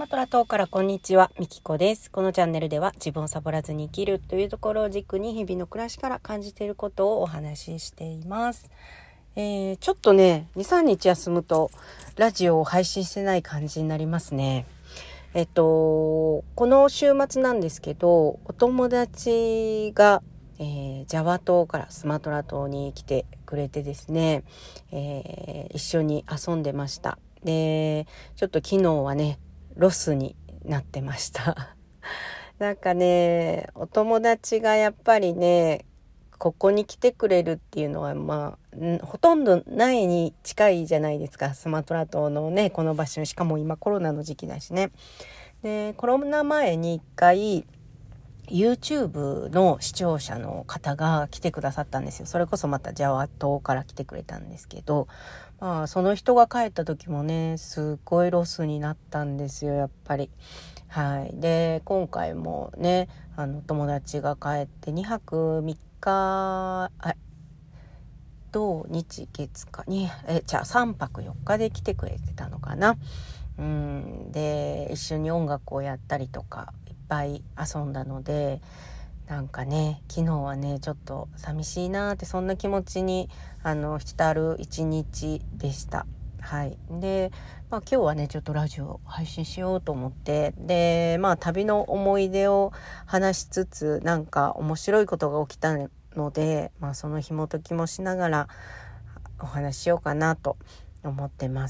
マトラ島からこんにちは、みきこです。このチャンネルでは自分をサボらずに生きるというところを軸に日々の暮らしから感じていることをお話ししています。ちょっとね 2,3 日休むとラジオを配信してない感じになりますね。この週末なんですけど、お友達がジャワ島からスマトラ島に来てくれてですね、一緒に遊んでました。で、ちょっと昨日はねロスになってましたなんかね、お友達がやっぱりねここに来てくれるっていうのはほとんどないに近いじゃないですか、スマトラ島のねこの場所。しかも今コロナの時期だしね。で、コロナ前に一回 YouTube の視聴者の方が来てくださったんですよ。それこそまたジャワ島から来てくれたんですけど、その人が帰った時もねすっごいロスになったんですよ、やっぱり。はい。で、今回もね友達が帰って2泊3日土日月かに3泊4日で来てくれてたのかな。で、一緒に音楽をやったりとかいっぱい遊んだので、なんかね昨日はねちょっと寂しいなって、そんな気持ちに浸る一日でした。はい。で、今日はねちょっとラジオ配信しようと思って、で旅の思い出を話しつつ、なんか面白いことが起きたので、その紐解きもしながらお話ししようかなと思ってます。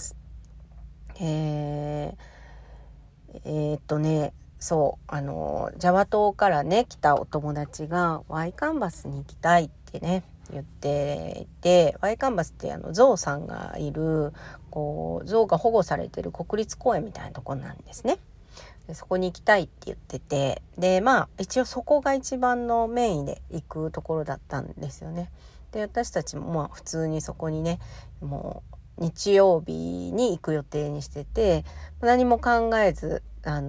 そうジャワ島からね来たお友達がワイカンバスに行きたいってね言っていて、ワイカンバスってゾウさんがいるゾウが保護されてる国立公園みたいなところなんですね。でそこに行きたいって言ってて、で一応そこが一番のメインで行くところだったんですよね。で、私たちも普通にそこにねもう日曜日に行く予定にしてて、何も考えず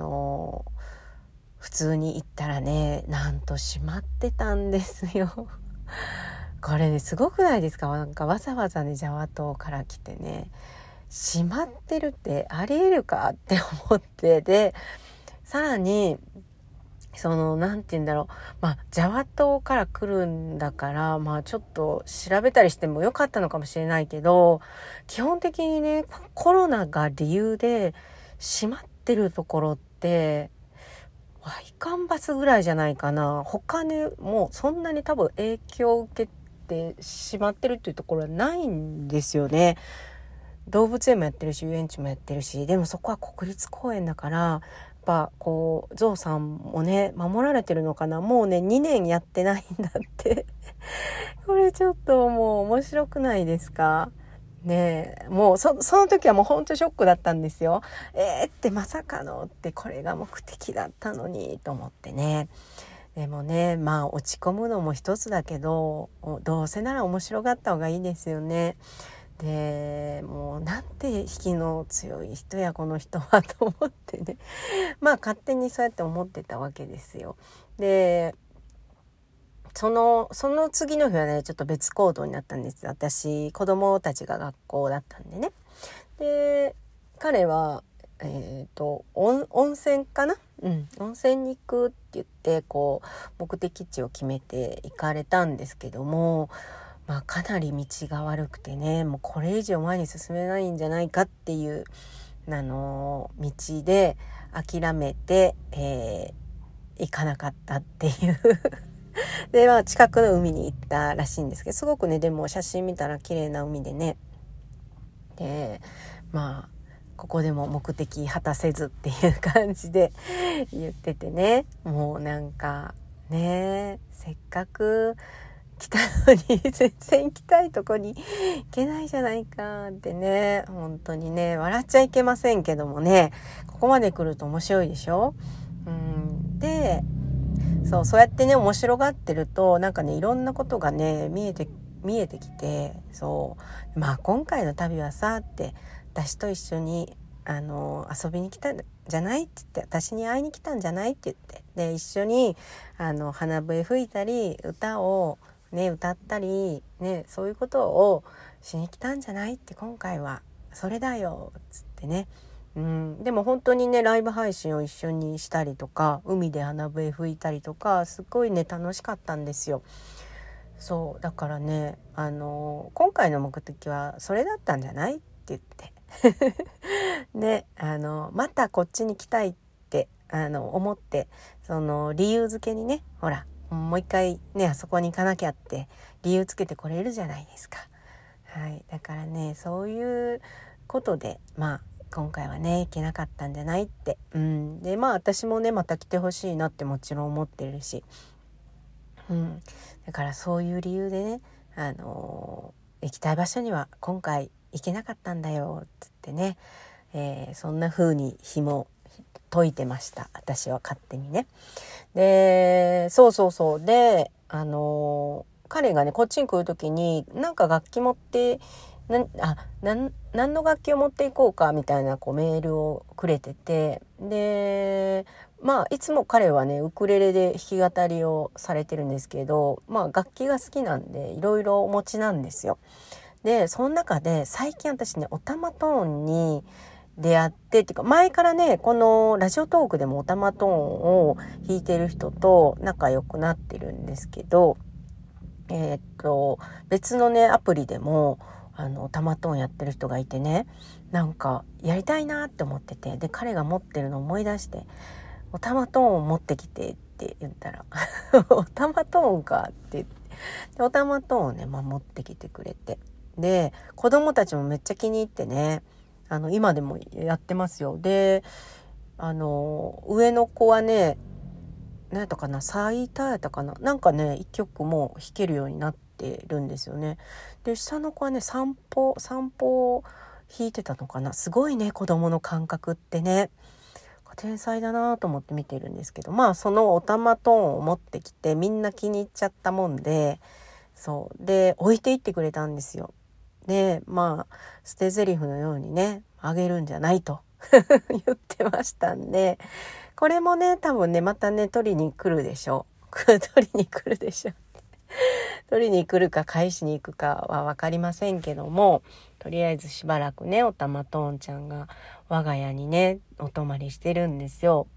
普通に行ったらね、なんと閉まってたんですよこれねすごくないですか？なんかわざわざねジャワ島から来てね閉まってるってありえるかって思って、でさらになんて言うんだろう、ジャワ島から来るんだから、ちょっと調べたりしてもよかったのかもしれないけど、基本的にねコロナが理由で閉まってるところってワイカンバスぐらいじゃないかな。他ねもうそんなに多分影響を受けてしまってるっていうところはないんですよね。動物園もやってるし遊園地もやってるし、でもそこは国立公園だからゾウさんもね守られてるのかな。もうね2年やってないんだってこれちょっともう面白くないですかね。もうその時はもうほんとショックだったんですよ。ってまさかのってこれが目的だったのにと思ってね。でもね落ち込むのも一つだけど、どうせなら面白がった方がいいですよね。でもうなんて引きの強い人やこの人はと思ってね勝手にそうやって思ってたわけですよ。でその次の日はねちょっと別行動になったんです。私子供たちが学校だったんでね。で彼は温泉かな、温泉に行くって言って目的地を決めて行かれたんですけども、かなり道が悪くてね、もうこれ以上前に進めないんじゃないかっていう道で諦めて、行かなかったっていうで近くの海に行ったらしいんですけど、すごくねでも写真見たら綺麗な海でね、でここでも目的果たせずっていう感じで言っててね、もうなんかねせっかく来たのに全然行きたいとこに行けないじゃないかってね、本当にね笑っちゃいけませんけどもね、ここまで来ると面白いでしょ。でそうやってね面白がってるとなんかねいろんなことがね見えてきて、今回の旅はさって私と一緒に遊びに来たんじゃないって言って、私に会いに来たんじゃないって言って、で一緒に花笛吹いたり歌をね歌ったりね、そういうことをしに来たんじゃないって、今回はそれだよっつってね、 でも本当にねライブ配信を一緒にしたりとか、海で花笛吹いたりとか、すごいね楽しかったんですよ。そうだからね、今回の目的はそれだったんじゃないって言ってでまたこっちに来たいって思って、その理由付けにね、ほらもう一回ねあそこに行かなきゃって理由つけてこれるじゃないですか。はい、だからねそういうことで今回はね行けなかったんじゃないって、で私もねまた来てほしいなってもちろん思ってるし、だからそういう理由でね行きたい場所には今回行けなかったんだよっつってね、そんな風に紐解いてました、私は勝手にね。でそうで彼がねこっちに来る時になんか楽器持って何の楽器を持っていこうかみたいなメールをくれてて、でいつも彼はねウクレレで弾き語りをされてるんですけど、楽器が好きなんでいろいろお持ちなんですよ。でその中で最近私ねオタマトーンに出会ってっていうか、前からねこのラジオトークでもオタマトーンを弾いてる人と仲良くなってるんですけど、別のねアプリでもオタマトーンやってる人がいてね、なんかやりたいなって思ってて、で彼が持ってるのを思い出して、オタマトーンを持ってきてって言ったらオタマトーンかって言って、でオタマトーンをね、持ってきてくれて、で子供たちもめっちゃ気に入ってね今でもやってますよ。で上の子はね何やったかな、最多やったかな、なんかね一曲も弾けるようになってるんですよね。で下の子はね散歩を弾いてたのかな。すごいね子供の感覚ってね、天才だなと思って見てるんですけど、そのオタマトーンを持ってきてみんな気に入っちゃったもんで、そうで置いていってくれたんですよ。で捨て台詞のようにねあげるんじゃないと言ってましたんで、これもね多分ねまたね取りに来るでしょう取りに来るでしょう取りに来るか返しに行くかは分かりませんけども、とりあえずしばらくねオタマトーンちゃんが我が家にねお泊まりしてるんですよ。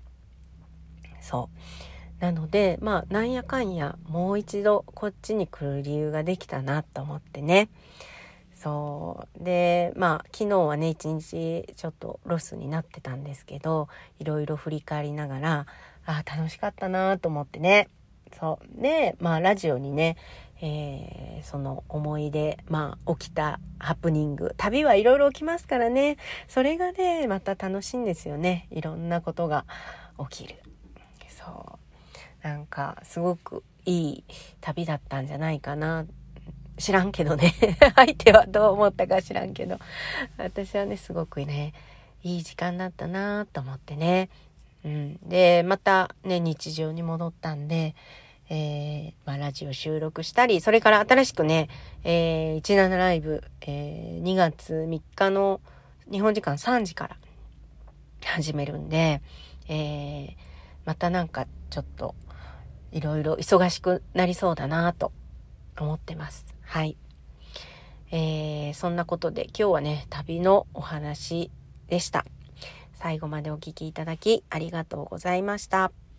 そうなのでなんやかんやもう一度こっちに来る理由ができたなと思ってね。そうで昨日はね一日ちょっとロスになってたんですけど、いろいろ振り返りながら楽しかったなと思ってね。そうでラジオにね、その思い出起きたハプニング、旅はいろいろ起きますからね、それがねまた楽しいんですよね。いろんなことが起きる。そうなんかすごくいい旅だったんじゃないかな。知らんけどね相手はどう思ったか知らんけど、私はねすごくねいい時間だったなと思ってね。でまたね日常に戻ったんで、ラジオ収録したり、それから新しくね、17ライブ、2月3日の日本時間3時から始めるんで、またなんかちょっといろいろ忙しくなりそうだなと思ってます。はい、そんなことで今日はね旅のお話でした。最後までお聞きいただきありがとうございました。